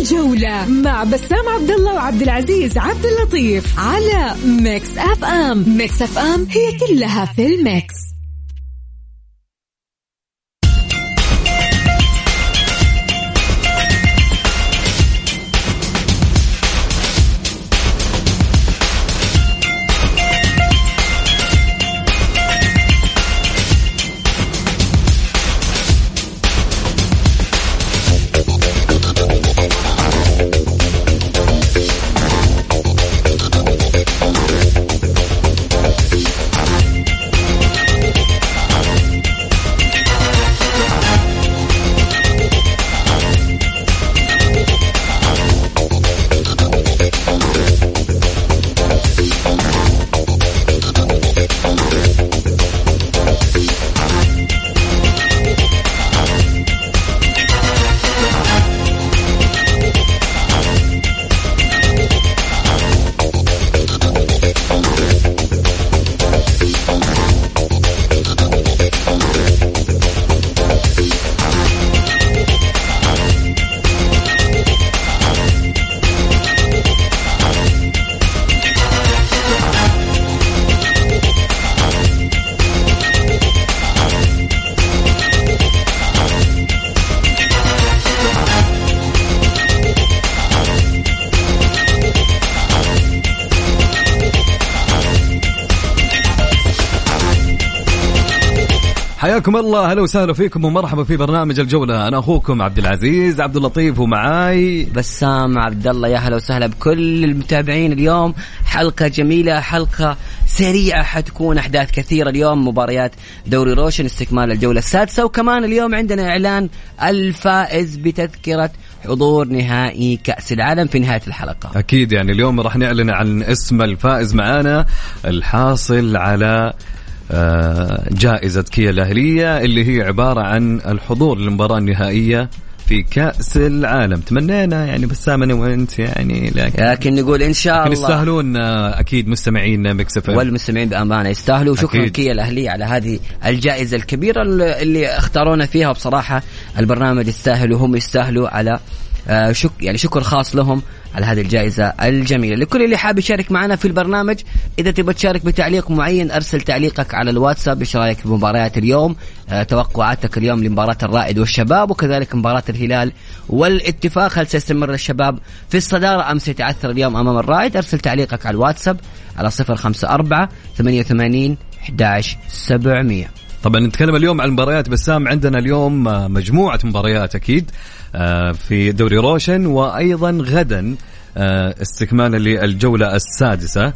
الجولة مع بسام عبد الله وعبد العزيز عبد اللطيف على ميكس اف ام. ميكس اف ام هي كلها في الميكس. حياكم الله، هلا وسهلا فيكم ومرحبا في برنامج الجولة. أنا أخوكم عبد العزيز عبد اللطيف ومعاي بسام عبد الله. يا هلا وسهلا بكل المتابعين. اليوم حلقة جميلة، حلقة سريعة، حتكون أحداث كثيرة اليوم. مباريات دوري روشن، استكمال الجولة السادسة، وكمان اليوم عندنا إعلان الفائز بتذكرة حضور نهائي كأس العالم في نهاية الحلقة. أكيد يعني اليوم راح نعلن عن اسم الفائز معانا الحاصل على جائزة كيا الأهلية اللي هي عبارة عن الحضور للمباراة النهائية في كأس العالم. تمنينا يعني بسام أنا وأنت يعني لكن نقول إن شاء الله يستاهلون. أكيد مستمعين ميكس اف ام والمستمعين بأمانة يستاهلوا. شكرا كيا الأهلية على هذه الجائزة الكبيرة اللي اختارونا فيها. بصراحة البرنامج يستاهل وهم يستاهلوا على يعني شكر خاص لهم على هذه الجائزة الجميلة. لكل اللي حاب يشارك معنا في البرنامج، إذا تبغى تشارك بتعليق معين أرسل تعليقك على الواتساب. إيش رأيك بمباريات اليوم؟ توقعاتك اليوم لمباراة الرائد والشباب، وكذلك مباراة الهلال والاتفاق. هل سيستمر الشباب في الصدارة أم سيتعثر اليوم أمام الرائد؟ أرسل تعليقك على الواتساب على 054-88-11-700. طبعا نتكلم اليوم عن المباريات بسام. عندنا اليوم مجموعة مباريات أكيد في دوري روشن، وأيضا غدا استكمالا للجولة السادسة.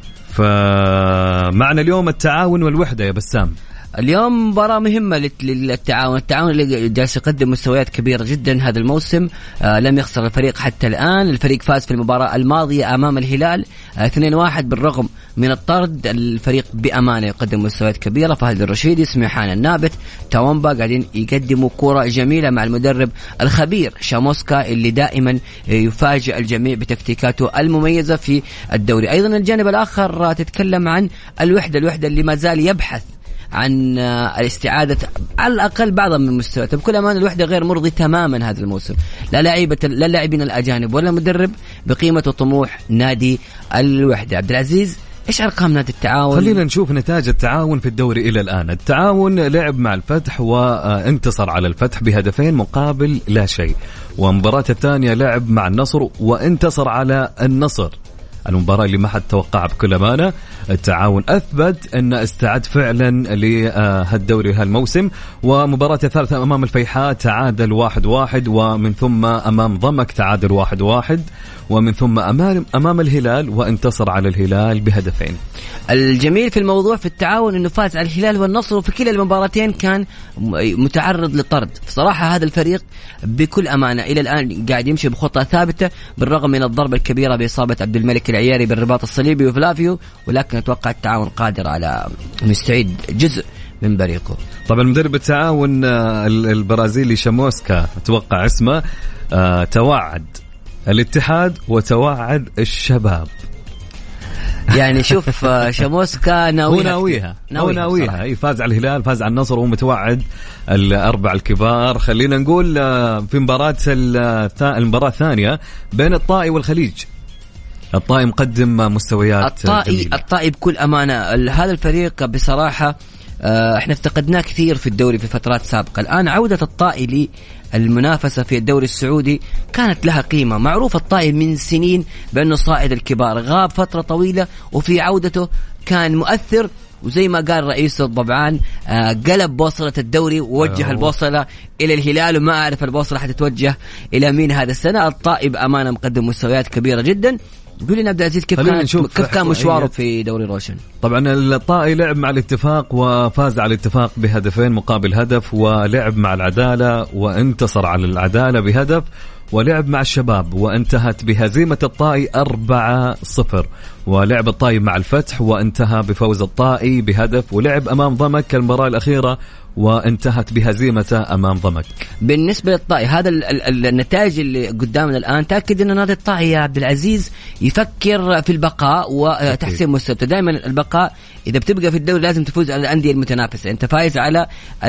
فمعنا اليوم التعاون والوحدة يا بسام. اليوم مباراة مهمة للتعاون اللي جالس يقدم مستويات كبيرة جدا هذا الموسم. لم يخسر الفريق حتى الآن. الفريق فاز في المباراة الماضية أمام الهلال 2-1 بالرغم من الطرد. الفريق بأمانة يقدم مستويات كبيرة. فهد الرشيدي، سميحان النابت، تاومبا قاعدين يقدموا كرة جميلة مع المدرب الخبير شاموسكا اللي دائما يفاجئ الجميع بتكتيكاته المميزة في الدوري. أيضا الجانب الآخر تتكلم عن الوحدة اللي ما زال يبحث عن الاستعادة على الأقل بعضا من مستوياته. بكل أمان الوحدة غير مرضي تماما هذا الموسم، لا لاعبين الأجانب ولا مدرب بقيمة وطموح نادي الوحدة. عبد العزيز، إيش أرقام نادي التعاون؟ خلينا نشوف نتائج التعاون في الدوري إلى الآن. التعاون لعب مع الفتح وانتصر على الفتح بهدفين مقابل لا شيء، ومباراة الثانية لعب مع النصر وانتصر على النصر. المباراة اللي ما حد توقعها بكل أمانة. التعاون أثبت أن استعد فعلا لهالدوري هالموسم. ومباراة الثالثة أمام الفيحاء تعادل 1-1، ومن ثم أمام ضمك تعادل 1-1، ومن ثم أمام الهلال وانتصر على الهلال بهدفين. الجميل في الموضوع في التعاون أنه فاز على الهلال والنصر، وفي كلا المباراتين كان متعرض لطرد. بصراحة هذا الفريق بكل أمانة إلى الآن قاعد يمشي بخطة ثابتة بالرغم من الضربة الكبيرة بإصابة عبد الملك العياري بالرباط الصليبي وفلافيو، ولكن أتوقع التعاون قادر على مستعيد جزء من بريقه. طبعا مدرب التعاون البرازيلي شاموسكا أتوقع اسمه توعد الاتحاد وتوعد الشباب. يعني شوف شاموسكا ناويها أي فاز على الهلال، فاز على النصر، ومتوعد الأربع الكبار. خلينا نقول في المباراة الثانية بين الطائي والخليج. الطائي مقدم مستويات الطائي بكل أمانة هذا الفريق بصراحة احنا افتقدناه كثير في الدوري في فترات سابقة. الآن عودة الطائي للمنافسة في الدوري السعودي كانت لها قيمة. معروف الطائي من سنين بأنه صاعد الكبار، غاب فترة طويلة وفي عودته كان مؤثر، وزي ما قال رئيس الضبعان قلب بوصلة الدوري ووجه البوصلة إلى الهلال، وما أعرف البوصلة حتتوجه إلى مين هذا السنة. الطائي بأمانة مقدم مستويات كبيرة جدا. قول لنا عبد العزيز كيف كان مشواره في دوري روشن؟ طبعا الطائي لعب مع الاتفاق وفاز على الاتفاق بهدفين مقابل هدف، ولعب مع العدالة وانتصر على العدالة بهدف، ولعب مع الشباب وانتهت بهزيمة الطائي 4-0، ولعب الطائي مع الفتح وانتهى بفوز الطائي بهدف، ولعب أمام ضمك المباراة الأخيرة وانتهت بهزيمته أمام ضمك. بالنسبة للطائي هذا النتائج اللي قدامنا الآن تأكد أن نادي الطائي يا عبد العزيز يفكر في البقاء وتحسين مستوى. دائما البقاء إذا بتبقى في الدوري لازم تفوز على الأندية المتنافسة. أنت فايز على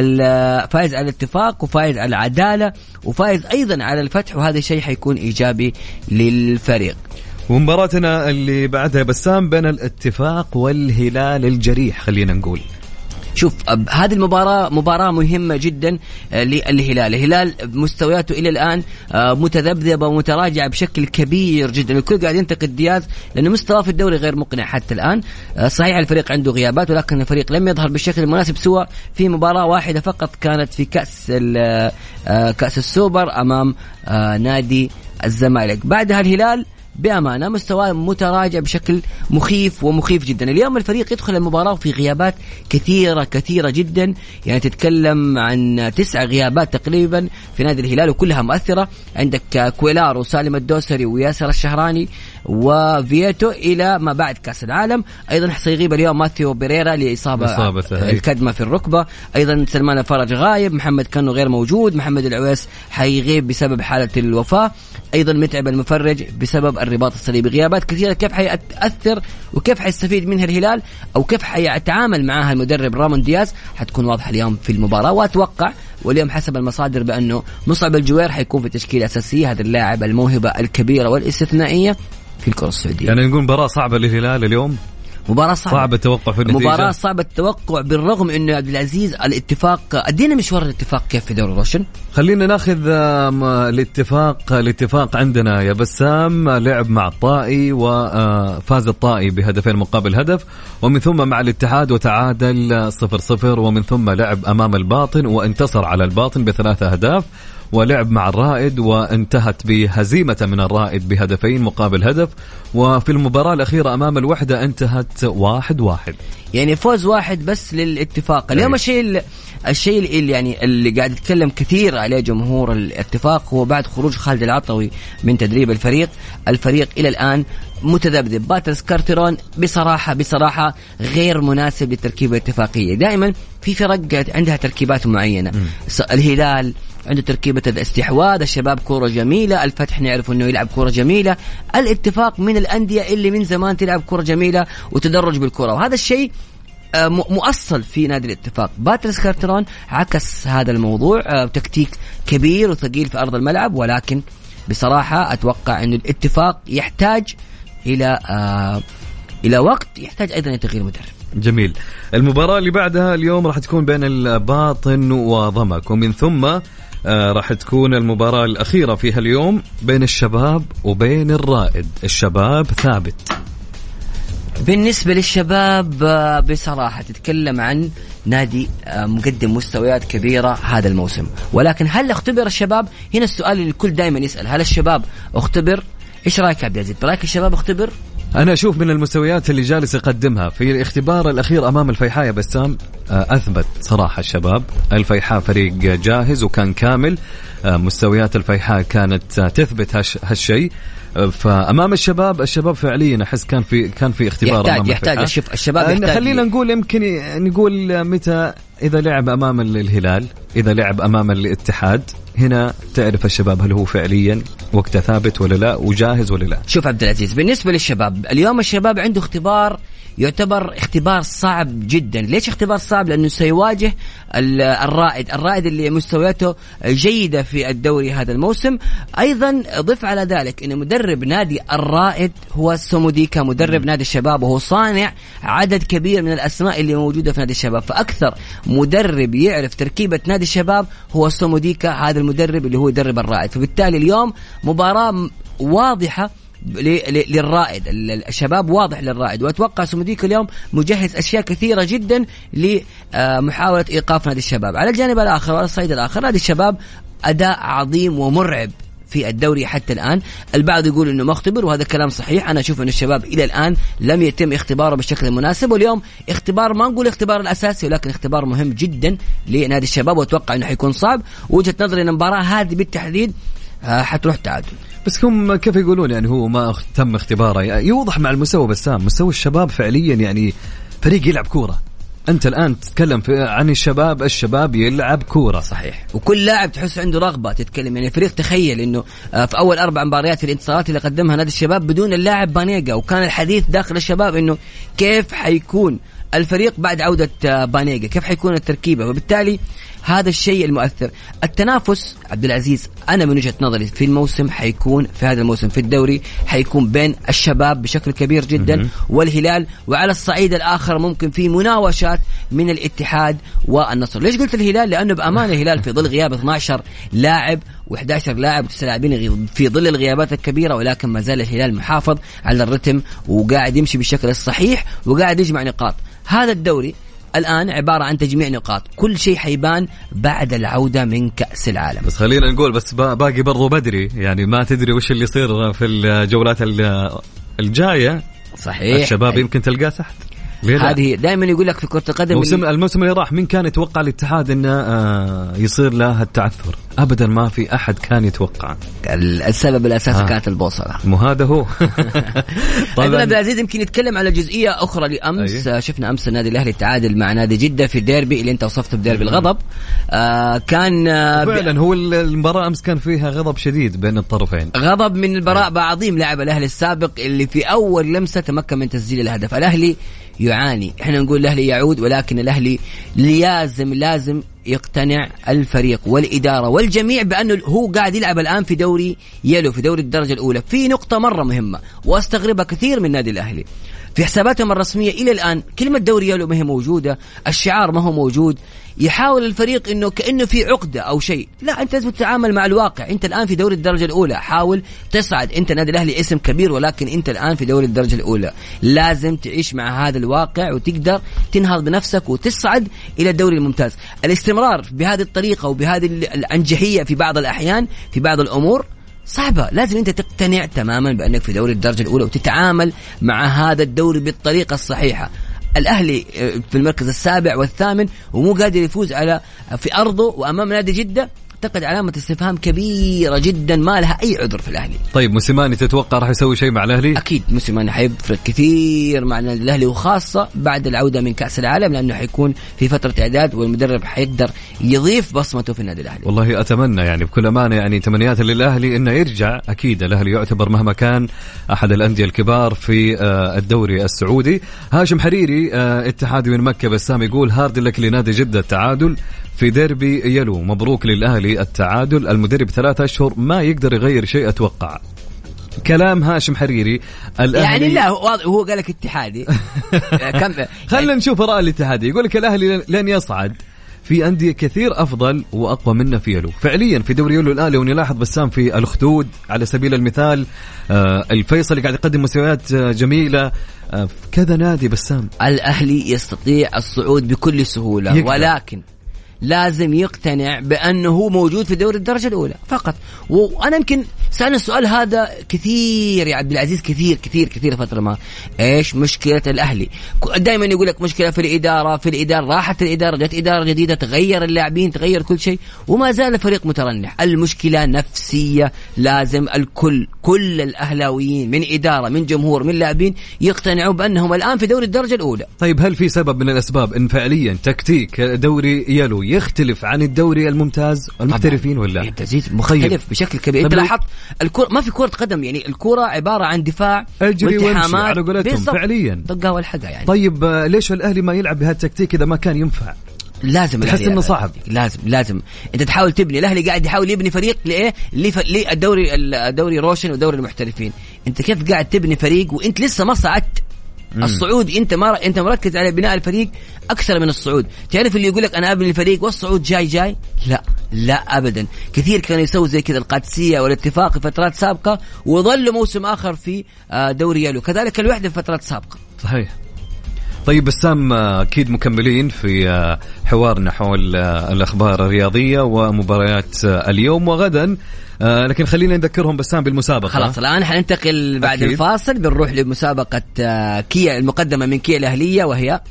الاتفاق وفايز على العدالة وفايز أيضا على الفتح، وهذا الشيء حيكون إيجابي للفريق. ومباراتنا اللي بعدها بسام بين الاتفاق والهلال الجريح. خلينا نقول شوف هذه مباراة مهمة جدا للهلال. الهلال مستوياته إلى الآن متذبذبة ومتراجعة بشكل كبير جدا. الكل قاعد ينتقد دياز لأنه مستواه في الدوري غير مقنع حتى الآن. صحيح الفريق عنده غيابات، ولكن الفريق لم يظهر بالشكل المناسب سوى في مباراة واحدة فقط كانت في كأس السوبر أمام نادي الزمالك. بعدها الهلال بأمانة مستواه متراجع بشكل مخيف جدا. اليوم الفريق يدخل المباراة في غيابات كثيرة جدا، يعني تتكلم عن 9 غيابات تقريبا في نادي الهلال وكلها مؤثرة. عندك كويلار وسالم الدوسري وياسر الشهراني وفييتو إلى ما بعد كأس العالم. أيضا سيغيب اليوم ماثيو بيريرا لإصابة الكدمة في الركبة. أيضا سلمان الفرج غايب، محمد كانو غير موجود، محمد العويس حيغيب بسبب حالة الوفاة، أيضا متعب المفرج بسبب الرباط الصليبي. غيابات كثيرة، كيف حيأثر وكيف حيستفيد منها الهلال أو كيف حيتعامل معها المدرب رامون دياز حتكون واضحة اليوم في المباراة. وأتوقع واليوم حسب المصادر بأنه مصعب الجوير حيكون في تشكيلة أساسية، هذا اللاعب الموهبة الكبيرة والاستثنائية في الكرة السعودية. يعني نقول مباراة صعبة للهلال اليوم، مباراة صعبة التوقع في النتيجة، مباراة صعبة التوقع، بالرغم انه عبد العزيز الاتفاق ادينا مشوار الاتفاق كيف في دوري روشن. خلينا ناخذ الاتفاق عندنا يا بسام. لعب مع الطائي وفاز الطائي بهدفين مقابل هدف، ومن ثم مع الاتحاد وتعادل 0-0، ومن ثم لعب امام الباطن وانتصر على الباطن ب3 أهداف، ولعب مع الرائد وانتهت بهزيمة من الرائد بهدفين مقابل هدف، وفي المباراة الأخيرة أمام الوحدة انتهت 1-1. يعني فوز واحد بس للاتفاق. اليوم الشيء اللي قاعد يتكلم كثير عليه جمهور الاتفاق هو بعد خروج خالد العطوي من تدريب الفريق إلى الآن متذبذب. باتريس كارتيرون بصراحة غير مناسب للتركيبة الاتفاقية. دائما في فرق عندها تركيبات معينة. الهلال عنده تركيبة الاستحواذ، الشباب كورة جميلة، الفتح نعرف انه يلعب كورة جميلة، الاتفاق من الأندية اللي من زمان تلعب كورة جميلة وتدرج بالكرة، وهذا الشيء مؤصل في نادي الاتفاق. باتريس كارتيرون عكس هذا الموضوع، تكتيك كبير وثقيل في أرض الملعب، ولكن بصراحة أتوقع أن الاتفاق يحتاج إلى وقت، يحتاج أيضا تغيير مدرب. جميل. المباراة اللي بعدها اليوم راح تكون بين الباطن وضمك، ومن ثم راح تكون المباراة الأخيرة فيها اليوم بين الشباب وبين الرائد. الشباب ثابت. بالنسبة للشباب بصراحة تتكلم عن نادي مقدم مستويات كبيرة هذا الموسم، ولكن هل اختبر الشباب؟ هنا السؤال اللي الكل دائما يسأل، هل الشباب اختبر؟ ايش رايك عبد العزيز؟ برايك الشباب اختبر؟ أنا أشوف من المستويات اللي جالس يقدمها في الاختبار الأخير أمام الفيحاء بسام أثبت صراحة الشباب. الفيحاء فريق جاهز وكان كامل، مستويات الفيحاء كانت تثبت هالشيء. فأمام الشباب فعليا أحس كان في اختبار يحتاج الشباب يحتاج. خلينا نقول يمكن نقول متى إذا لعب أمام الهلال، إذا لعب أمام الاتحاد، هنا تعرف الشباب هل هو فعليا وقته ثابت ولا لا وجاهز ولا لا. شوف عبد العزيز، بالنسبة للشباب اليوم الشباب عنده اختبار يعتبر اختبار صعب جدا. ليش اختبار صعب؟ لأنه سيواجه الرائد اللي مستوياته جيدة في الدوري هذا الموسم. أيضا ضف على ذلك أن مدرب نادي الرائد هو سوموديكا، مدرب نادي الشباب، وهو صانع عدد كبير من الأسماء اللي موجودة في نادي الشباب. فأكثر مدرب يعرف تركيبة نادي الشباب هو سوموديكا، هذا المدرب اللي هو يدرب الرائد. فبالتالي اليوم مباراة واضحة للرائد، الشباب واضح للرائد، وأتوقع سوموديكا اليوم مجهز أشياء كثيرة جدا لمحاولة إيقاف نادي الشباب. على الجانب الآخر وعلى الصعيد الآخر، نادي الشباب أداء عظيم ومرعب في الدوري حتى الآن. البعض يقول إنه مختبر، وهذا كلام صحيح. أنا أشوف إن الشباب إلى الآن لم يتم اختباره بالشكل المناسب، واليوم اختبار، ما نقول اختبار الأساسي، ولكن اختبار مهم جدا لنادي الشباب، وأتوقع إنه حيكون صعب. وجهة نظري إن المباراة هذه بالتحديد حتروح تعادل. بس هم كيف يقولون يعني هو ما تم اختباره؟ يوضح مع المستوى بسام، مستوى الشباب فعليا يعني فريق يلعب كورة. أنت الآن تتكلم عن الشباب يلعب كورة صحيح، وكل لاعب تحس عنده رغبة تتكلم. يعني فريق تخيل إنه في أول 4 مباريات في الانتصارات اللي قدمها نادي الشباب بدون اللاعب بانيجا، وكان الحديث داخل الشباب إنه كيف حيكون الفريق بعد عودة بانيجا، كيف حيكون التركيبة. وبالتالي هذا الشيء المؤثر. التنافس عبد العزيز أنا من وجهة نظري في الموسم حيكون في هذا الموسم في الدوري حيكون بين الشباب بشكل كبير جدا والهلال، وعلى الصعيد الآخر ممكن في مناوشات من الاتحاد والنصر. ليش قلت الهلال؟ لأنه بأمانة الهلال في ظل غياب 12 لاعب و11 لاعب لاعبين في ظل الغيابات الكبيرة، ولكن ما زال الهلال محافظ على الرتم وقاعد يمشي بالشكل الصحيح وقاعد يجمع نقاط. هذا الدوري الآن عبارة عن تجميع نقاط، كل شيء حيبان بعد العودة من كأس العالم. بس خلينا نقول بس باقي برضو بدري، يعني ما تدري وش اللي يصير في الجولات الجاية. صحيح، الشباب يمكن تلقاه تحت. هذه دائما يقول لك في كرة القدم الموسم اللي راح مين كان يتوقع الاتحاد انه يصير له التعثر؟ ابدا ما في احد كان يتوقع. السبب الاساسي كانت البوصله، مو هذا هو. طبعا عبد العزيز يمكن يتكلم على جزئيه اخرى لامس. شفنا امس النادي الاهلي تعادل مع نادي جده في الديربي اللي انت وصفته بديربي الغضب. كان فعلا هو المباراه امس كان فيها غضب شديد بين الطرفين، غضب من البراء بعظيم لاعب الاهلي السابق اللي في اول لمسه تمكن من تسجيل الهدف. الاهلي يعاني، احنا نقول الاهلي يعود، ولكن الاهلي لازم يقتنع الفريق والإدارة والجميع بأنه هو قاعد يلعب الآن في دوري يلو، في دوري الدرجة الأولى. في نقطة مرة مهمة واستغربها كثير من نادي الأهلي في حساباتهم الرسمية إلى الآن، كلمة دوري يلو ما هي موجودة، الشعار ما هو موجود. يحاول الفريق إنه كأنه في عقدة أو شيء. لا، أنت لازم تتعامل مع الواقع. أنت الآن في دوري الدرجة الأولى، حاول تصعد. أنت نادي الأهلي اسم كبير، ولكن أنت الآن في دوري الدرجة الأولى، لازم تعيش مع هذا الواقع وتقدر تنهض بنفسك وتصعد إلى الدوري الممتاز. الاستمرار بهذه الطريقة وبهذه العنجهية في بعض الأحيان في بعض الأمور صعبة. لازم أنت تقتنع تماما بأنك في دوري الدرجة الأولى وتتعامل مع هذا الدوري بالطريقة الصحيحة. الأهلي في المركز السابع والثامن ومو قادر يفوز في أرضه وأمام نادي جدة، أعتقد علامة استفهام كبيرة جدا ما لها أي عذر في الأهلي. طيب موسيماني تتوقع راح يسوي شيء مع الأهلي؟ أكيد موسيماني حيفرق كثير مع الأهلي، وخاصة بعد العودة من كأس العالم، لأنه حيكون في فترة إعداد والمدرب حيقدر يضيف بصمته في النادي الأهلي. والله أتمنى يعني بكل أمانة، يعني تمنيات للأهلي إنه يرجع. أكيد الأهلي يعتبر مهما كان أحد الأندية الكبار في الدوري السعودي. هاشم حريري اتحادي من مكة بسام يقول هارد لك لنادي جدة التعادل في ديربي يلو، مبروك للأهلي التعادل، المدرب 3 أشهر ما يقدر يغير شيء. أتوقع كلام هاشم حريري يعني لا هو قال لك اتحادي. خلنا نشوف رأي الاتحادي. يقول لك الأهلي لن يصعد، في أندية كثير أفضل وأقوى منه في يلو. فعليا في دوري يلو الآن لو نلاحظ بسام في الخدود على سبيل المثال، الفيصل قاعد يقدم مستويات جميلة، كذا نادي بسام. الأهلي يستطيع الصعود بكل سهولة، ولكن لازم يقتنع بأنه هو موجود في دوري الدرجة الأولى فقط. وأنا يمكن سألنا السؤال هذا كثير يا عبد العزيز، كثير كثير كثير فترة ما إيش مشكلة الأهلي. دائما يقول لك مشكلة في الإدارة، راحت الإدارة، جت إدارة جديدة، تغير اللاعبين، تغير كل شيء، وما زال الفريق مترنح. المشكلة نفسية، لازم كل الأهلاويين من إدارة من جمهور من لاعبين يقتنعوا بأنهم الآن في دوري الدرجة الأولى. طيب هل في سبب من الأسباب إن فعليا تكتيك دوري يلو يختلف عن الدوري الممتاز المحترفين ولا؟ مختلف بشكل كبير. انت لاحظت الكرة ما في كرة قدم، يعني الكرة عبارة عن دفاع والتحامات على قولتهم فعليا طقها والحقها يعني. طيب ليش الأهلي ما يلعب بهالتكتيك إذا ما كان ينفع؟ لازم تحس انه صعب. لازم انت تحاول تبني. الاهلي قاعد يحاول يبني فريق لايه؟ الدوري روشن ودوري المحترفين. انت كيف قاعد تبني فريق وانت لسه ما صعدت؟ الصعود انت مركز على بناء الفريق اكثر من الصعود. تعرف اللي يقول لك انا ابني الفريق والصعود جاي لا ابدا. كثير كانوا يسووا زي كذا القادسيه والاتفاق في فترات سابقه وظلوا موسم اخر في دوري يلو، كذلك الوحده في فترات سابقه. صحيح. طيب بسام أكيد مكملين في حوارنا حول الأخبار الرياضية ومباريات اليوم وغدا، لكن خلينا نذكرهم بسام بالمسابقة. خلاص الآن حننتقل بعد الفاصل، بنروح لمسابقة كيا المقدمة من كيا الأهلية،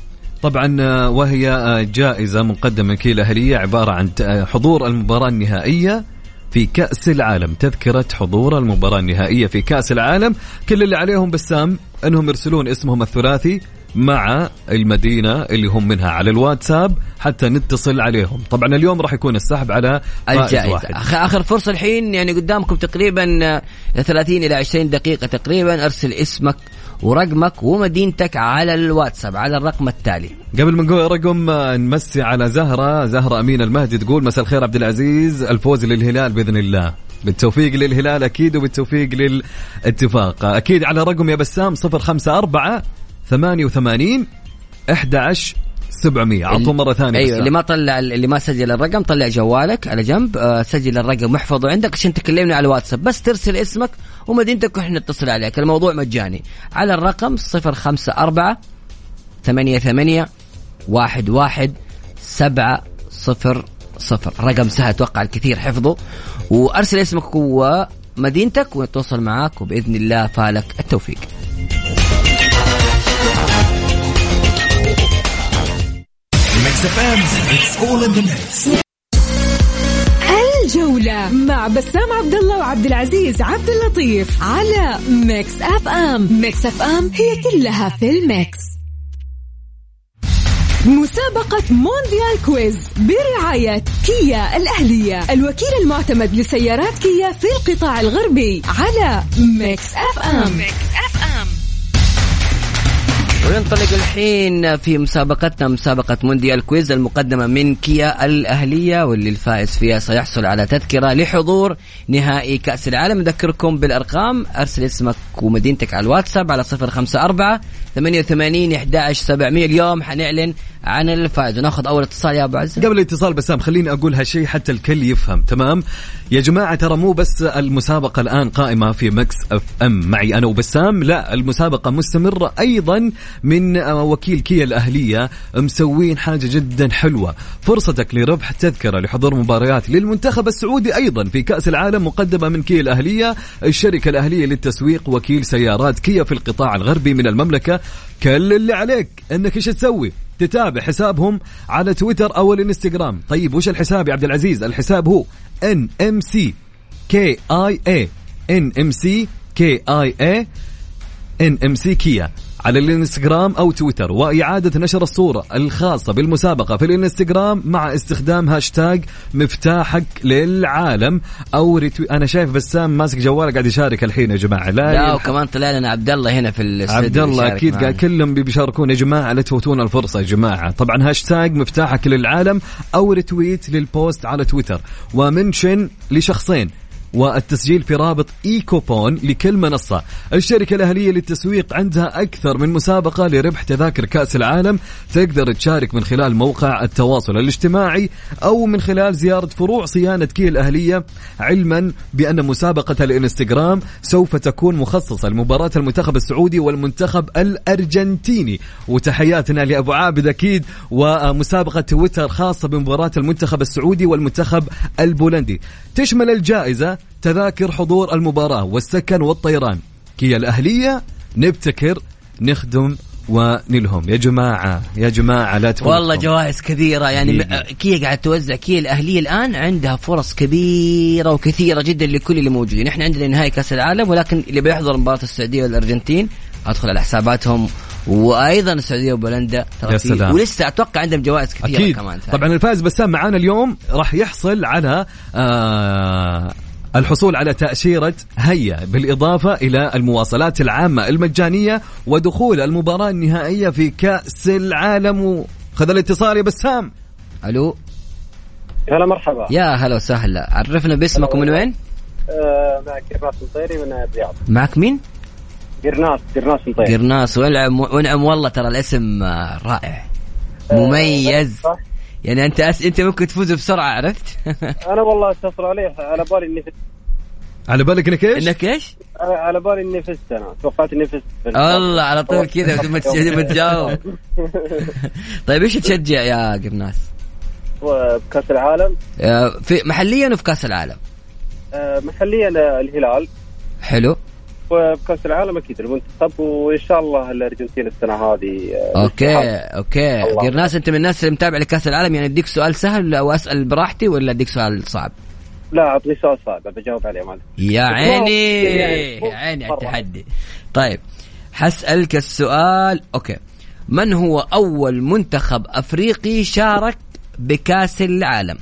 وهي جائزة مقدمة من كيا الأهلية عبارة عن حضور المباراة النهائية في كأس العالم، تذكرة حضور المباراة النهائية في كأس العالم. كل اللي عليهم بسام أنهم يرسلون اسمهم الثلاثي مع المدينة اللي هم منها على الواتساب حتى نتصل عليهم. طبعا اليوم راح يكون السحب على الجائزة. آخر فرصة الحين، يعني قدامكم تقريبا 30 إلى 20 دقيقة تقريبا. أرسل اسمك ورقمك ومدينتك على الواتساب على الرقم التالي. قبل ما نقول الرقم نمسي على زهرة أمين المهدي، تقول مساء الخير عبد العزيز، الفوز للهلال بإذن الله، بالتوفيق للهلال أكيد وبالتوفيق للاتفاق أكيد. على رقم يا بسام 054 88 11 700. عطوا مرة ثانية. أيوة اللي ما سجل الرقم طلع جوالك على جنب، سجل الرقم واحفظه عندك عشان تكلمني على الواتساب. بس ترسل اسمك ومدينتك وإحنا نتصل عليك. الموضوع مجاني على الرقم 054 88 11 700. رقم سهل أتوقع الكثير حفظه، وأرسل اسمك ومدينتك ونتواصل معاك وبإذن الله فالك التوفيق. الجولة مع بسام عبد الله وعبد العزيز عبد اللطيف على ميكس اف ام. ميكس اف ام هي كلها في الميكس. مسابقة مونديال كويز برعاية كيا الأهلية، الوكيل المعتمد لسيارات كيا في القطاع الغربي على ميكس اف ام. وننطلق الحين في مسابقتنا، مسابقة مونديال كويز المقدمة من كيا الأهلية، واللي الفائز فيها سيحصل على تذكرة لحضور نهائي كأس العالم. نذكركم بالأرقام، أرسل اسمك ومدينتك على الواتساب على 054 88 11 700. اليوم حنعلن عن الفائز وناخذ أول اتصال يا أبو عزة. قبل الاتصال بسام خليني أقول هالشيء حتى الكل يفهم تمام يا جماعة. ترى مو بس المسابقة الآن قائمة في ميكس اف ام معي أنا وبسام، لا المسابقة مستمرة أيضا من وكيل كيا الأهلية. مسوين حاجة جدا حلوة، فرصتك لربح تذكرة لحضور مباريات للمنتخب السعودي أيضا في كأس العالم مقدمة من كيا الأهلية، الشركة الأهلية للتسويق، وكيل سيارات كيا في القطاع الغربي من المملكة. كل اللي عليك أنك إيش تسوي؟ تتابع حسابهم على تويتر أو الانستغرام. طيب وش الحساب يا عبد العزيز؟ الحساب هو NMC كيا على الانستغرام أو تويتر، وإعادة نشر الصورة الخاصة بالمسابقة في الانستغرام مع استخدام هاشتاج مفتاحك للعالم أو أنا شايف بسام ماسك جواله قاعد يشارك الحين يا جماعة. لا وكمان طلع لنا عبد الله هنا في الاستوديو. عبد الله أكيد قاعد كلهم بيشاركون يا جماعة، لا تفوتونا الفرصة يا جماعة. طبعا هاشتاج مفتاحك للعالم أو ريتويت للبوست على تويتر، ومنشن لشخصين والتسجيل في رابط إيكوبون لكل منصة. الشركة الأهلية للتسويق عندها أكثر من مسابقة لربح تذاكر كأس العالم، تقدر تشارك من خلال موقع التواصل الاجتماعي أو من خلال زيارة فروع صيانة كيا الأهلية، علما بأن مسابقة الإنستغرام سوف تكون مخصصة لمباراة المنتخب السعودي والمنتخب الأرجنتيني. وتحياتنا لأبو عابد أكيد. ومسابقة تويتر خاصة بمباراة المنتخب السعودي والمنتخب البولندي. تشمل الجائزة تذاكر حضور المباراة والسكن والطيران. كيا الأهلية، نبتكر، نخدم ونلهم. يا جماعة لا تفوتوا والله جوائز كثيرة يعني. كيا قاعد توزع. كيا الأهلية الآن عندها فرص كبيرة وكثيرة جدا لكل اللي موجودين. احنا عندنا نهائي كأس العالم، ولكن اللي بيحضر مباراة السعودية والأرجنتين أدخل على حساباتهم، وأيضا السعودية وبولندا ولسه أتوقع عندهم جوائز كثيرة أكيد. كمان طبعا الفائز بسام معانا اليوم راح يحصل على الحصول على تأشيرة هيا، بالإضافة إلى المواصلات العامة المجانية ودخول المباراة النهائية في كأس العالم. خذ الاتصال يا بسام. ألو. هلا مرحبا. يا هلا وسهلا. عرفنا باسمك ومن وين؟ معك قرناس مطيري من الرياض. معك مين؟ قرناس مطيري. قرناس. ونعم والله، ترى الاسم رائع مميز. يعني انت ممكن تفوز بسرعه. عرفت؟ انا والله اتصل عليه على بالي اني على بالك انك ايش؟ على بالي اني فزت. انا توقعت اني فزت. الله على طول كذا بدون ما تجاوب. طيب ايش تشجع يا قرناس؟ بكاس العالم في محليا وفي كاس العالم. محليا الهلال. حلو. وبكاس العالم اكيد المنتخب، وان شاء الله الارجنتين السنه هذه. اوكي. قرناس، انت من الناس اللي متابع لكاس العالم، يعني اديك سؤال سهل واسال براحتي ولا اديك سؤال صعب؟ لا اعطني سؤال صعب بجاوب عليه مالك. يا عيني على التحدي. طيب حسألك السؤال. اوكي، من هو اول منتخب افريقي شارك بكاس العالم؟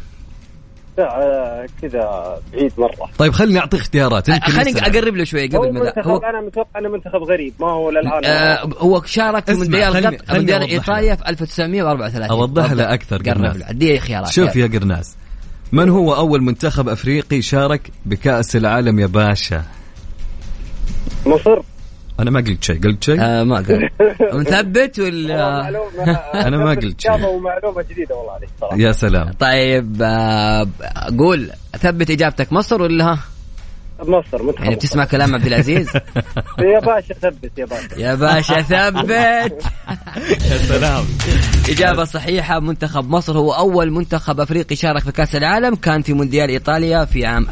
كذا بعيد مرة. طيب خليني أعطي اختيارات. خليني أقرب له شوي قبل ما هو أنا متوقع أنه منتخب غريب، ما هو للآن. هو شارك في مونديال إيطاليا في 1934. أوضح له أكثر. قرب أديه خيارات. شوف يا قرناس، من هو أول منتخب أفريقي شارك بكأس العالم يا باشا؟ مصر. أنا ما قلت شيء. قلت شيء؟ ما قلت. مثبت ولا؟ أنا ما قلت شيء. معلومة جديدة والله عليك صراحة. يا سلام. طيب قول ثبت إجابتك مصر ولا؟ مصر منتخب. يعني بتسمع كلام عبد العزيز؟ يا باشا ثبت يا باشا ثبت. يا سلام. إجابة صحيحة. منتخب مصر هو أول منتخب أفريقي شارك في كأس العالم، كان في مونديال إيطاليا في عام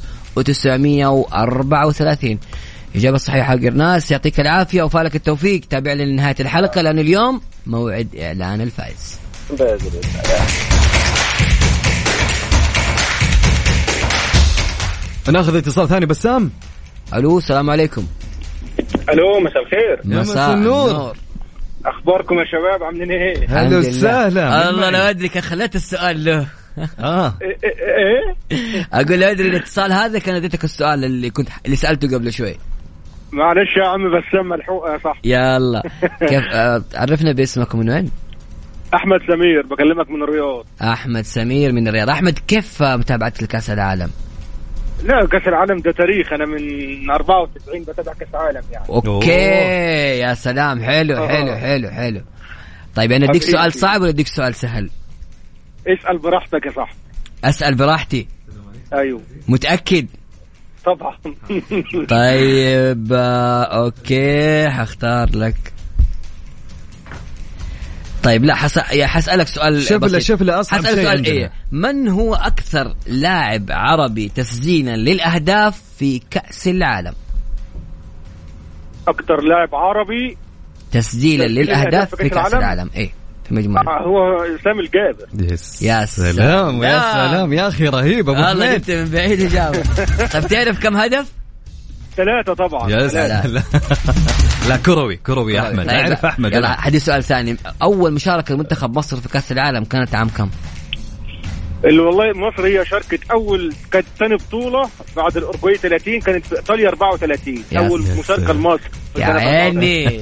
1934. إجابة صحيحة قرناس، يعطيك العافية وفالك التوفيق. تابع لنا لنهاية الحلقة لأن اليوم موعد إعلان الفائز. ناخذ اتصال ثاني. بسام. ألو، السلام عليكم. ألو، مساء الخير. مساء النور. أخباركم يا شباب، عاملين إيه؟ أهلا وسهلا. الله لو أدري كان خليت السؤال له. إيه؟ أقول لو أدري الاتصال هذا كان اديتك السؤال اللي سألته قبل شوي. معلش يا عمي بس لما الحق صح. يلا كيف عرفنا باسمك من وين؟ أحمد سمير، بكلمك من الرياض. أحمد سمير من الرياض. أحمد، كيف متابعتك لكأس العالم؟ لا كأس العالم ده تاريخ، أنا من 94 بتابع كأس العالم يعني. أوكي. يا سلام. حلو. طيب أنا أديك سؤال صعب ولا أديك سؤال سهل؟ اسأل براحتك يا صاحبي. أسأل براحتي. أيوه. متأكد؟ طبعا. طيب أوكي، هختار لك. طيب لا حسألك سؤال بسيط. شوف له أصعب شيء. سؤال إيه؟ من هو أكثر لاعب عربي تسجيلا للأهداف في كأس العالم؟ أكثر لاعب عربي تسجيلا للأهداف في كأس العالم. إيه في مجموعة. هو سامي الجابر. يا سلام يا أخي رهيب أبو حميد. والله جبت من بعيد إجابة. طب تعرف كم هدف؟ 3 طبعا. يا سلام. لا كروي يا أحمد. أعرف أحمد. يلا حديث سؤال ثاني. أول مشاركة لمنتخب مصر في كأس العالم كانت عام كم؟ اللي والله مصر هي شاركت كانت ثاني بطولة بعد الأورجواي 30، كانت في إيطاليا 34. أول مشاركة لمصر. يا عيني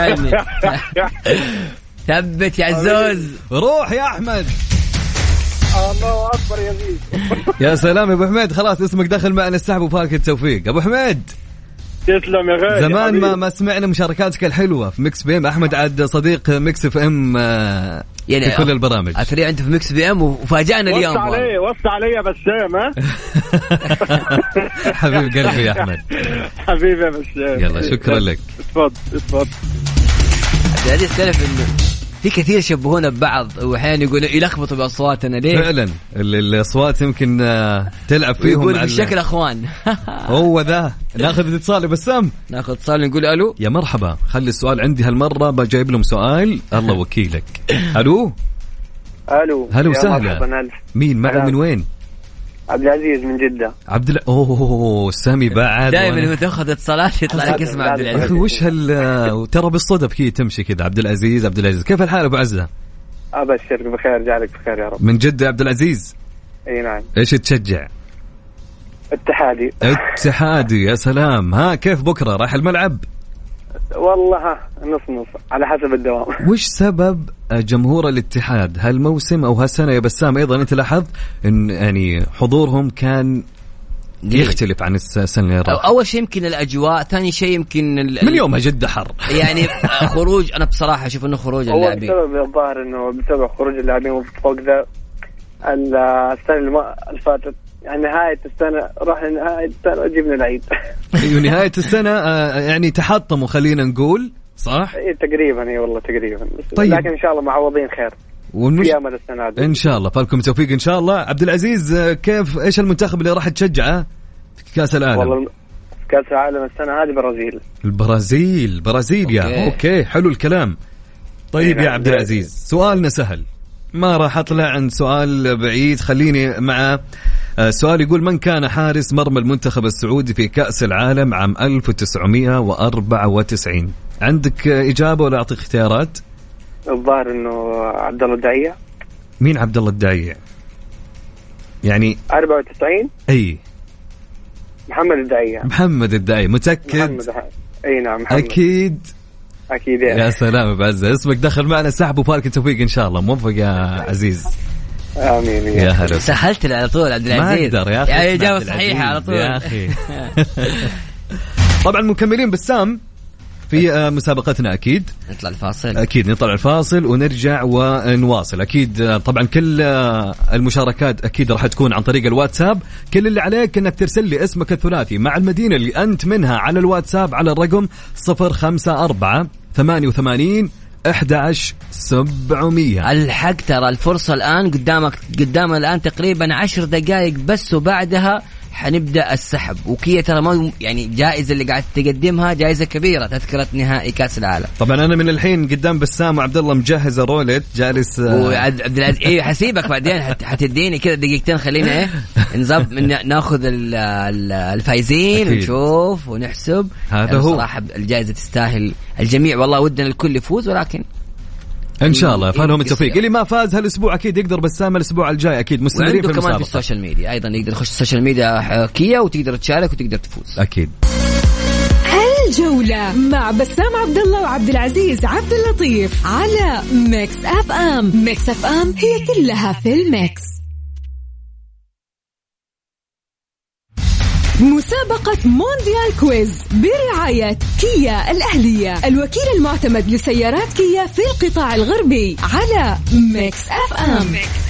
ثبت يا عزوز. روح يا أحمد. الله أكبر يا زيد. يا سلام يا أبو حميد، خلاص اسمك دخل معنا السحب وفالك التوفيق. أبو حميد تسلم يا غالي. زمان ما سمعنا مشاركاتك الحلوة في ميكس بي ام. أحمد عاد صديق ميكس في ام يعني في كل البرامج. أثري أنت في ميكس بي ام وفاجأنا اليوم. وصى علي يا بسام. ها حبيب قلبي يا أحمد. حبيبي يا بسام. يلا شكرا لك. اتفضل. هذه السلف إنه في كثير يشبهونا ببعض وأحيانا يقولوا يلخبطوا بأصواتنا. ليه؟ فعلا الأصوات يمكن تلعب فيهم. يقول بالشكل أخوان. هو ذا. ناخذ اتصال بسام. ناخذ اتصال نقول ألو. يا مرحبا. خلي السؤال عندي هالمرة بجايب لهم سؤال. الله وكيلك. ألو هلا وسهلا. مين معنا من وين؟ عبد العزيز من جدة. عبد الله. اوه سامي بعد. دائما لما تاخذ اتصالات يطلع لك اسم عبد العزيز. وش ترى بالصدف كي تمشي كذا. عبد العزيز كيف الحال ابو عزة؟ ابشرك بخير، جعلك بخير يا رب. من جدة عبد العزيز. اي نعم. ايش تشجع؟ اتحادي. يا سلام. ها كيف بكره راح الملعب؟ والله نص على حسب الدوام. وش سبب جمهور الاتحاد هالموسم او هالسنه يا بسام؟ ايضا انت لاحظت ان يعني حضورهم كان يختلف عن السنه اللي راحت. اول شيء يمكن الاجواء، ثاني شيء يمكن من يومها جدة حر يعني خروج. انا بصراحه اشوف انه خروج اللاعبين هو بسبب الظاهر انه بسبب خروج اللاعبين وفوق ذا السنه اللي فاتت يعني نهاية السنة راح نهاية السنة جبنا العيد. نهاية السنة يعني تحطموا خلينا نقول صح؟ تقريبا. اي والله تقريبا. طيب. لكن ان شاء الله معوضين خير في امل السنة دي ان شاء الله. فالكم توفيق ان شاء الله. عبد العزيز كيف ايش المنتخب اللي راح تشجعه في كأس العالم؟ والله كأس العالم السنة هذه البرازيل. يا اوكي حلو الكلام. طيب يا عبد العزيز سؤالنا سهل، ما راح أطلع عن سؤال بعيد. خليني مع سؤال يقول من كان حارس مرمى المنتخب السعودي في كأس العالم عام 1994؟ عندك إجابة ولا أعطيك اختيارات؟ الظاهر إنه عبد الله الدعيع. مين عبد الله الدعيع؟ يعني 94. أي محمد الدعيع. متأكد؟ أي نعم محمد. أكيد يعني. يا سلام بعزة. اسمك دخل معنا السحب وفالك التوفيق إن شاء الله. موفق يا عزيز. آمين يا هلا. سهلت على طول عبد العزيز. ما أقدر يا أخي. يعني إجابة صحيحة على طول يا أخي. طبعا مكملين بسام في مسابقتنا. أكيد نطلع الفاصل ونرجع ونواصل. أكيد طبعا كل المشاركات أكيد راح تكون عن طريق الواتساب. كل اللي عليك أنك ترسل لي اسمك الثلاثي مع المدينة اللي أنت منها على الواتساب على الرقم 054-88-11700. الحق ترى الفرصة الآن قدامك الآن تقريبا 10 دقائق بس وبعدها حنبدأ السحب. وكيا ترى ما يعني جائزة اللي قاعد تقدمها جائزة كبيرة، تذكرة نهائي كأس العالم. طبعا أنا من الحين قدام بسام وعبد الله مجهز الرولت جالس. وعبد العزيز إيه حسيبك بعدين حتديني كذا دقيقتين خلينا إيه نضبط ناخذ الفايزين ونشوف ونحسب. هذا هو صراحة الجائزة تستاهل الجميع والله، ودنا الكل يفوز ولكن ان شاء الله فالهم التوفيق. اللي ما فاز هالاسبوع اكيد يقدر بسام الاسبوع الجاي اكيد مستمرين في المسابقه. كمان في السوشيال ميديا ايضا يقدر يخش السوشيال ميديا كيا وتقدر تشارك وتقدر تفوز اكيد. الجولة مع بسام عبد الله وعبد العزيز عبد اللطيف على ميكس اف ام. ميكس اف ام هي كلها في الميكس. مسابقة مونديال كويز برعاية كيا الأهلية، الوكيل المعتمد لسيارات كيا في القطاع الغربي على ميكس اف ام.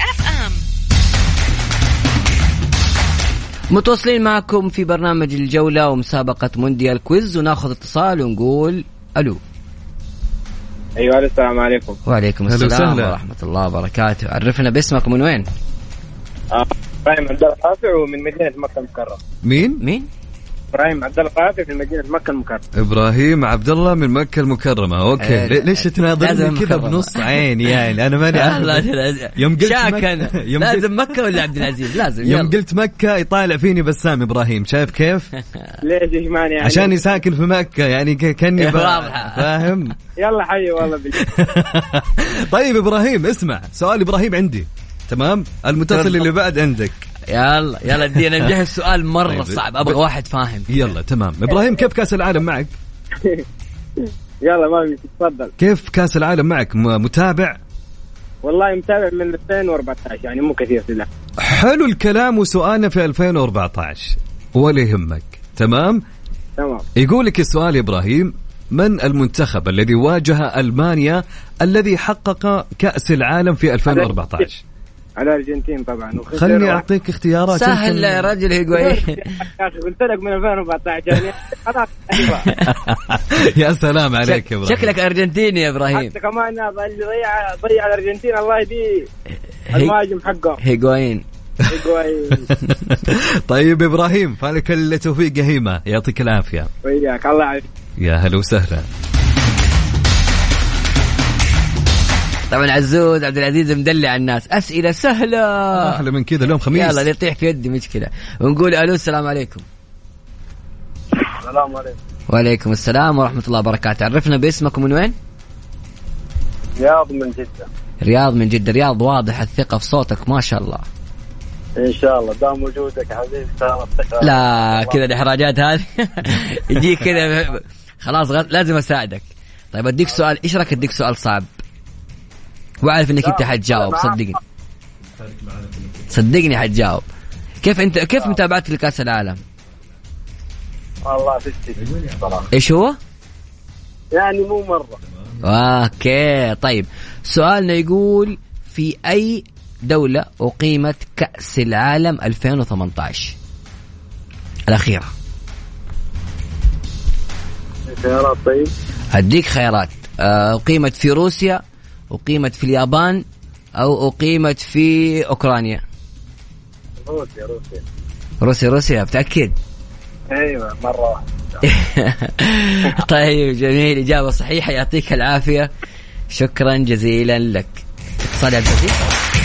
متواصلين معكم في برنامج الجولة ومسابقة مونديال كويز، وناخذ اتصال ونقول ألو. أيوة السلام عليكم. وعليكم السلام ورحمة الله وبركاته. عرفنا باسمك من وين؟ إبراهيم عبد الله القافع ومن مدينة مكة المكرمة. مين؟ إبراهيم عبد الله القافع في مدينة مكة المكرمة. إبراهيم عبد الله من مكة المكرمة. أوكي. ليش تناظرني كذا بنص عين يعني؟ أنا ماني عارف. يوم قلت لازم مكة ولا عبد العزيز لازم. يوم قلت مكة يطالع فيني بسام إبراهيم. شايف كيف؟ ليش إيش ماني يعني؟ عشان يساكن في مكة يعني كأني فاهم. يلا حي والله طيب إبراهيم اسمع سؤال إبراهيم عندي. تمام. المتصل اللي بعد عندك. يلا ادينا نجهز سؤال مرة طيب. صعب ابغى واحد فاهم. يلا تمام. ابراهيم كيف كاس العالم معك؟ يلا ما تفضل. كيف كاس العالم معك؟ متابع؟ والله متابع من 2014 يعني مو كثير لا. حلو الكلام. وسؤالنا في 2014 ولا يهمك. تمام. يقول لك السؤال يا إبراهيم: من المنتخب الذي واجه ألمانيا الذي حقق كأس العالم في 2014؟ على الأرجنتين طبعا. خلني أعطيك اختيارات. سهل يا رجل. هيغوين يا أخي قلت لك من 2014 يعني خلاص. يا سلام عليك يا إبراهيم. شكلك أرجنتيني يا إبراهيم. حتى كمان اللي ضيع الأرجنتين الله يهديه المهاجم حقه هيغوين. طيب إبراهيم فالك التوفيق هيمة، يعطيك العافية. وياك الله يعافيك. يا هلا وسهلا. طبعا عزوز عبد العزيز مدلع الناس، أسئلة سهلة أحلى من كذا اليوم خميس. يلا يطيح في يدي مشكلة. ونقول ألو السلام عليكم. السلام عليكم. وعليكم السلام ورحمة الله وبركاته. عرفنا باسمك ومن وين؟ رياض من جدة. رياض من جدة. رياض واضح الثقة في صوتك ما شاء الله. إن شاء الله دام وجودك حبيبي. لا كذا الإحراجات هذه يجيك كذا خلاص لازم أساعدك. طيب أديك سؤال، إيش رأيك أديك سؤال صعب وعارف إنك أنت حتجاوب. صدقني حتجاوب. كيف متابعتك لكأس العالم؟ والله في صراحة. إيش هو؟ يعني مو مرة. أوكي طيب سؤالنا يقول: في أي دولة أقيمت كأس العالم 2018 الأخيرة؟ خيارات. طيب أديك خيارات. أقيمت في روسيا، أقيمت في اليابان، أو أقيمت في أوكرانيا. روسيا بتأكد؟ أيوة مرة واحدة. طيب جميل، إجابة صحيحة، يعطيك العافية، شكرا جزيلا لك. اتصال عبد العزيز.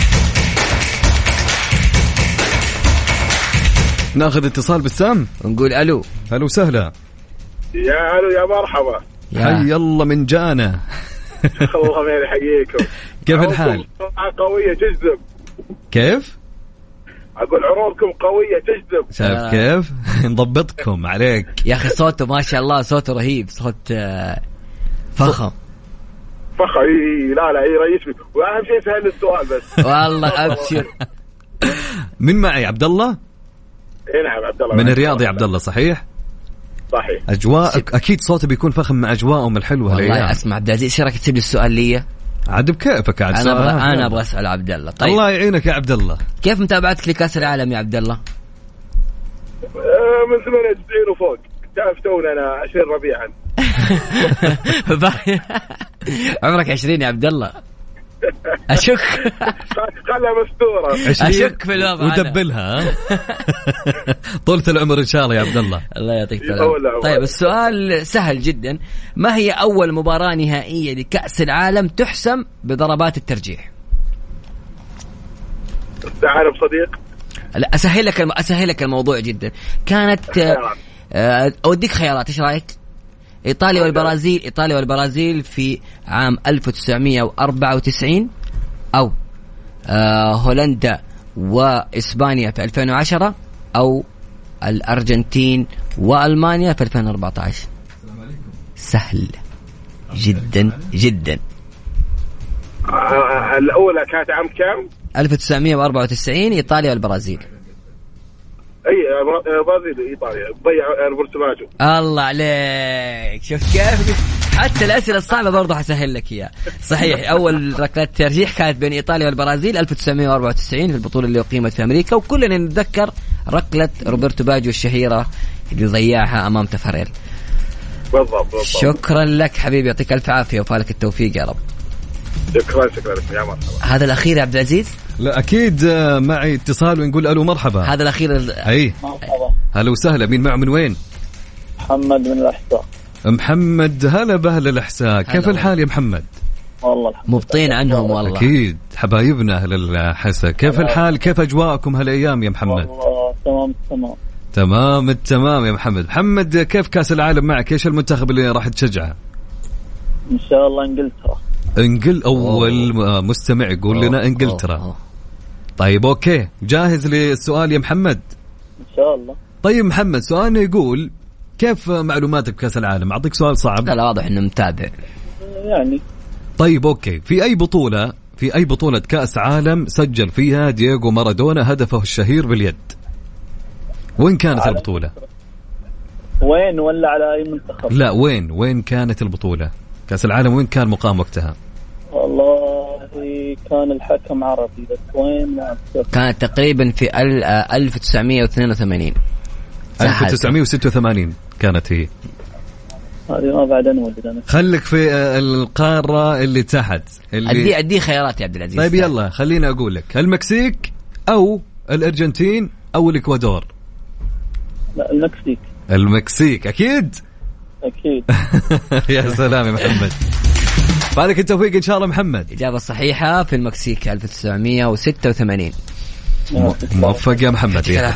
ناخذ اتصال بسام ونقول ألو. ألو سهلا. يا ألو يا مرحبا. حي الله من جانا. الله ما يحييكم. كيف الحال؟ قوية تجذب. كيف؟ أقول عروضكم قوية تجذب. شايف كيف؟ نضبطكم عليك. يا أخي صوته ما شاء الله، صوته رهيب، صوت فخم. لا رئيس. وأهم شيء سهل السؤال بس. والله أبشر. من معي عبد الله؟ نعم عبد الله من الرياض يا عبد الله. صحيح أجواءك أكيد صوته بيكون فخم مع أجواءهم الحلوة. والله أسمع عبد العزيز، ايش رايك تسيب لي السؤال لي؟ عاد بكيفك عاد. أنا أبغى أسأل عبد الله. طيب الله يعينك يا عبد الله. كيف متابعتك لكأس العالم يا عبد الله؟ من 98 وفوق. تعرف تونا أنا 20 ربيعا. عمرك 20 يا عبد الله؟ أشك. خلها مستورة. أشك في الوضع وتبلها. طولة العمر إن شاء الله يا عبد الله. الله يعطيك العافية. طيب السؤال سهل جدا. ما هي أول مباراة نهائية لكأس العالم تحسم بضربات الترجيح؟ تعرف صديق. لا أسهلك الموضوع جدا. كانت أوديك خيارات، إيش رأيك؟ إيطاليا والبرازيل في عام 1994، أو هولندا وإسبانيا في 2010، أو الأرجنتين وألمانيا في 2014. سهل جدا جدا. الأولى كانت عام كم؟ 1994 إيطاليا والبرازيل. اي برازيل ايطاليا ضيع روبرتو باجو. الله عليك، شوف كيف حتى الاسئله الصعبه برضه حسهل لك اياها. صحيح، اول ركله ترجيح كانت بين ايطاليا والبرازيل 1994 في البطوله اللي اقيمت في امريكا، وكلنا نتذكر ركله روبرتو باجو الشهيره اللي ضيعها امام تفاريل. بالضبط. شكرا لك حبيبي، يعطيك الف عافيه وفالك التوفيق يا رب. شكرا لك يا مرحبا. هذا الاخير يا عبد العزيز؟ لا اكيد معي اتصال ونقول الو مرحبا. هذا الاخير اي مرحبا. هلا وسهلا. مين معه من وين؟ محمد من الأحساء. محمد هلا بأهل الأحساء. كيف الحال يا محمد؟ والله مبطين عنهم والله. اكيد حبايبنا أهل الأحساء. كيف الحال؟ كيف اجواءكم هالايام يا محمد؟ والله تمام التمام يا محمد. كيف كاس العالم معك؟ ايش المنتخب اللي راح تشجعه؟ ان شاء الله انجلترا. أول مستمع يقول لنا إنجلترا. طيب أوكي، جاهز للسؤال يا محمد؟ إن شاء الله. طيب محمد، سؤالنا يقول: كيف معلوماتك بكأس العالم؟ أعطيك سؤال صعب. لا واضح إنه متابع يعني. طيب أوكي، في أي بطولة في أي بطولة كأس عالم سجل فيها دييغو مارادونا هدفه الشهير باليد؟ وين كانت البطولة؟ وين ولا على أي منتخب؟ لا وين كانت البطولة كأس العالم؟ وين كان مقام وقتها؟ والله كان الحكم عربي بس وين؟ كانت تقريبا في 1982. 1986 كانت هي. هذه ما بعد انولد انا. خليك في القارة اللي تحت اللي ادي خيارات يا عبد العزيز. طيب يلا خليني اقول لك، المكسيك او الارجنتين او الاكوادور؟ لا المكسيك. المكسيك اكيد. يا سلام يا محمد، فعليك التوفيق ان شاء الله محمد. اجابة صحيحة في المكسيك 1986. موفق يا محمد.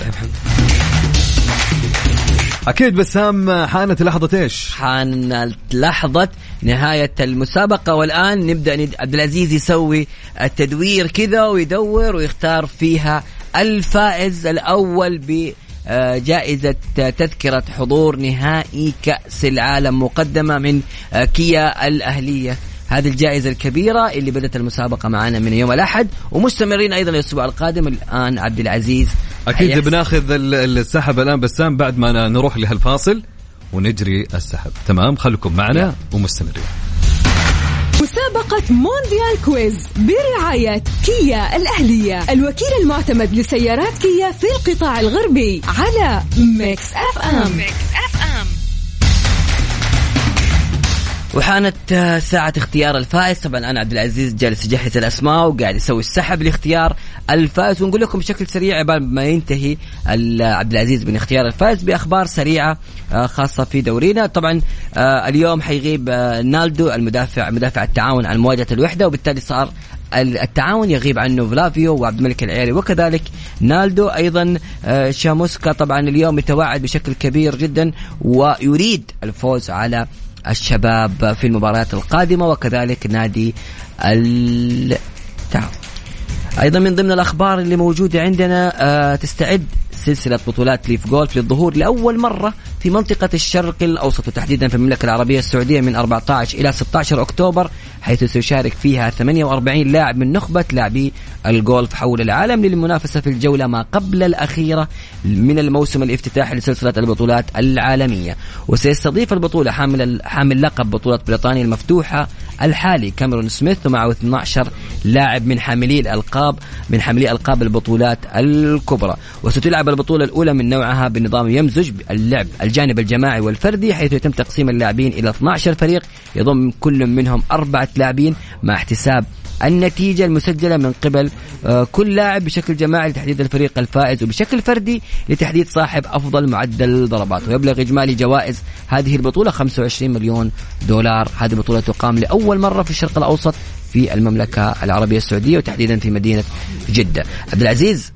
أكيد بسام، حانت لحظة إيش؟ حانت لحظة نهاية المسابقة، والآن نبدأ عبد العزيز يسوي التدوير كذا ويدور ويختار فيها الفائز الأول بجائزة تذكرة حضور نهائي كأس العالم مقدمة من كيا الأهلية. هذه الجائزة الكبيرة اللي بدأت المسابقة معنا من يوم الأحد ومستمرين أيضا الأسبوع القادم. الآن عبد العزيز أكيد بناخذ السحب الآن بسام بعد ما نروح لهالفاصل ونجري السحب. تمام، خلكم معنا ومستمرين. مسابقة مونديال كويز برعاية كيا الأهلية، الوكيل المعتمد لسيارات كيا في القطاع الغربي، على ميكس اف ام. وحانت ساعة اختيار الفائز. طبعا أنا عبد العزيز جالس يجهز الأسماء وقاعد يسوي السحب لاختيار الفائز، ونقول لكم بشكل سريع قبل ما ينتهي عبد العزيز من اختيار الفائز بأخبار سريعة خاصة في دورينا. طبعا اليوم حيغيب نالدو مدافع التعاون عن مواجهة الوحدة، وبالتالي صار التعاون يغيب عنه فلافيو وعبد الملك العياري وكذلك نالدو. أيضا شاموسكا طبعا اليوم يتواعد بشكل كبير جدا ويريد الفوز على الشباب في المباريات القادمة، وكذلك نادي التعاون. أيضا من ضمن الأخبار اللي موجودة عندنا تستعد سلسلة بطولات ليف جولف للظهور لأول مرة في منطقة الشرق الأوسط وتحديدا في المملكة العربية السعودية من 14 إلى 16 أكتوبر، حيث سيشارك فيها 48 لاعب من نخبة لاعبي الجولف حول العالم للمنافسة في الجولة ما قبل الأخيرة من الموسم الافتتاحي لسلسلة البطولات العالمية. وسيستضيف البطولة حامل لقب بطولة بريطانيا المفتوحة الحالي كاميرون سميث، ومعه 12 لاعب من حاملي ألقاب البطولات الكبرى. وستلعب البطولة الأولى من نوعها بنظام يمزج اللعب الجانب الجماعي والفردي، حيث يتم تقسيم اللاعبين إلى 12 فريق يضم كل منهم 4 لاعبين مع احتساب النتيجة المسجلة من قبل كل لاعب بشكل جماعي لتحديد الفريق الفائز، وبشكل فردي لتحديد صاحب أفضل معدل ضربات. ويبلغ إجمالي جوائز هذه البطولة 25 مليون دولار. هذه البطولة تقام لأول مرة في الشرق الأوسط في المملكة العربية السعودية وتحديدا في مدينة جدة. عبد العزيز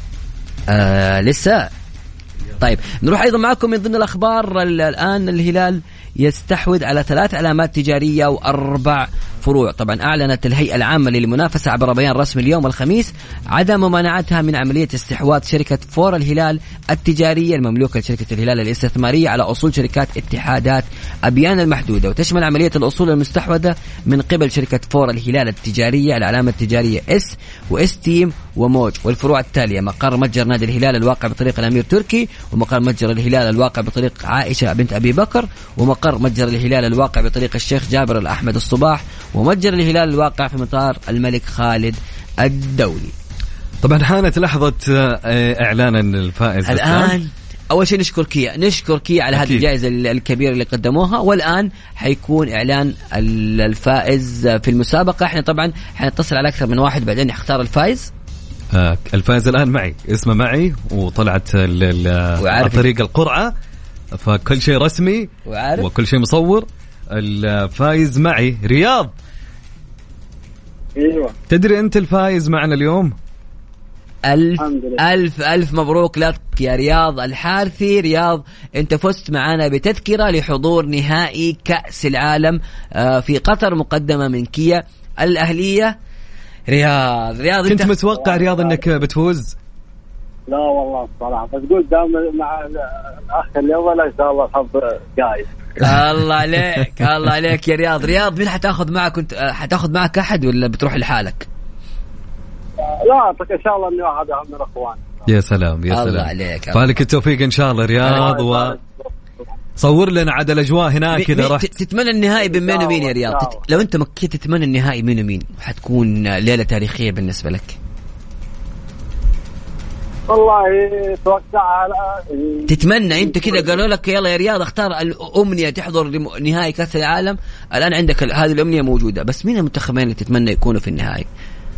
لسه. طيب نروح أيضا معكم من ضمن الأخبار. الآن الهلال يستحوذ على 3 علامات تجارية و4 فروع. طبعا أعلنت الهيئة العامة للمنافسة عبر بيان رسمي اليوم الخميس عدم ممانعتها من عملية استحواذ شركة فور الهلال التجارية المملوكة لشركة الهلال الاستثمارية على أصول شركات اتحادات أبيان المحدودة. وتشمل عملية الأصول المستحوذة من قبل شركة فور الهلال التجارية العلامة التجارية اس وستيم وموج، والفروع التالية: مقر متجر نادي الهلال الواقع بطريق الأمير تركي، ومقر متجر الهلال الواقع بطريق عائشة بنت أبي بكر، ومقر متجر الهلال الواقع بطريق الشيخ جابر الأحمد الصباح، ومتجر الهلال الواقع في مطار الملك خالد الدولي. طبعا حانت لحظة إعلان الفائز الآن. أول شيء نشكر كيا على هذه الجائزة الكبيرة اللي قدموها، والآن حيكون إعلان الفائز في المسابقة. احنا طبعا حنتصل على أكثر من واحد بعدين نختار الفائز. الفائز الآن معي، اسمه معي وطلعت عن طريق القرعة، فكل شيء رسمي وكل شيء مصور. الفائز معي رياض. ايوه تدري انت الفائز معنا اليوم؟ ألف مبروك لك يا رياض الحارثي. رياض انت فزت معنا بتذكرة لحضور نهائي كأس العالم في قطر مقدمة من كيا الأهلية. رياض كنت متوقع رياض انك بتفوز؟ لا والله الصراحة، بس قلت دام مع الأخ الأول إن شاء الله الحظ جايز. الله عليك يا رياض. مين حتاخذ معك؟ كنت حتاخذ معك أحد ولا بتروح لحالك؟ لا ان شاء الله انه هذا من الاخوان. يا سلام يا الله سلام عليك. فالك التوفيق ان شاء الله رياض. صور لنا عاد الاجواء هناك كذا. راح تتمنى النهائي بين مين ومين يا رياض؟ لو انت مكيت تتمنى النهائي مين ومين؟ حتكون ليله تاريخيه بالنسبه لك. والله توقع تتمنى انت كذا قالوا لك يلا يا رياض اختار الامنيه تحضر نهائي كاس العالم، الان عندك هذه الامنيه موجوده، بس مين المنتخبين اللي تتمنى يكونوا في النهائي؟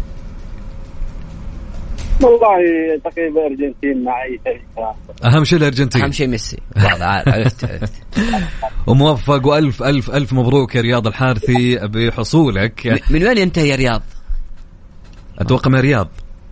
والله تقريبا الارجنتين مع اي شيء. اهم شيء الارجنتين، اهم شيء ميسي. عرفت. وموفق والف الف الف مبروك يا رياض الحارثي بحصولك. من وين انت يا رياض؟ اتوقع من رياض.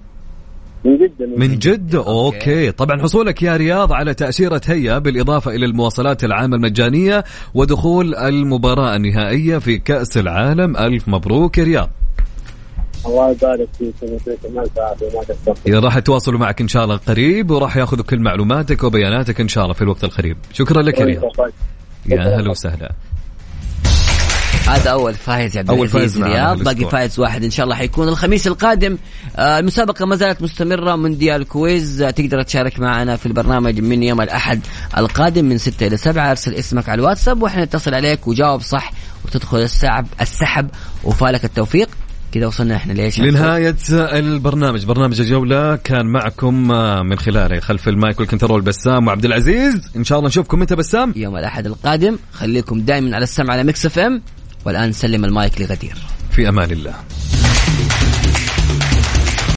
من جدة. أوكي. طبعا حصولك يا رياض على تأشيرة هيئة بالإضافة إلى المواصلات العامة المجانية ودخول المباراة النهائية في كأس العالم. ألف مبروك يا رياض. الله يبارك فيك. راح يتواصلوا معك إن شاء الله قريب وراح يأخذوا كل معلوماتك وبياناتك إن شاء الله في الوقت القريب. شكرا لك يا رياض. يا هلا وسهلا. هذا أول فائز يا عبد العزيز رياض. باقي فائز واحد إن شاء الله حيكون الخميس القادم. المسابقة ما زالت مستمرة. مونديال كويز تقدر تشارك معنا في البرنامج من يوم الأحد القادم من 6 إلى 7. أرسل اسمك على الواتساب وإحنا نتصل عليك وجاوب صح وتدخل السحب وفالك التوفيق. كذا وصلنا إحنا ليش لنهاية البرنامج. برنامج الجولة كان معكم من خلاله خلف المايك والكنترول بسام وعبد العزيز. إن شاء الله نشوفكم متى بسام؟ يوم الأحد القادم. خليكم دائما على السمع على ميكس اف ام. والآن سلم المايك لغدير. في أمان الله.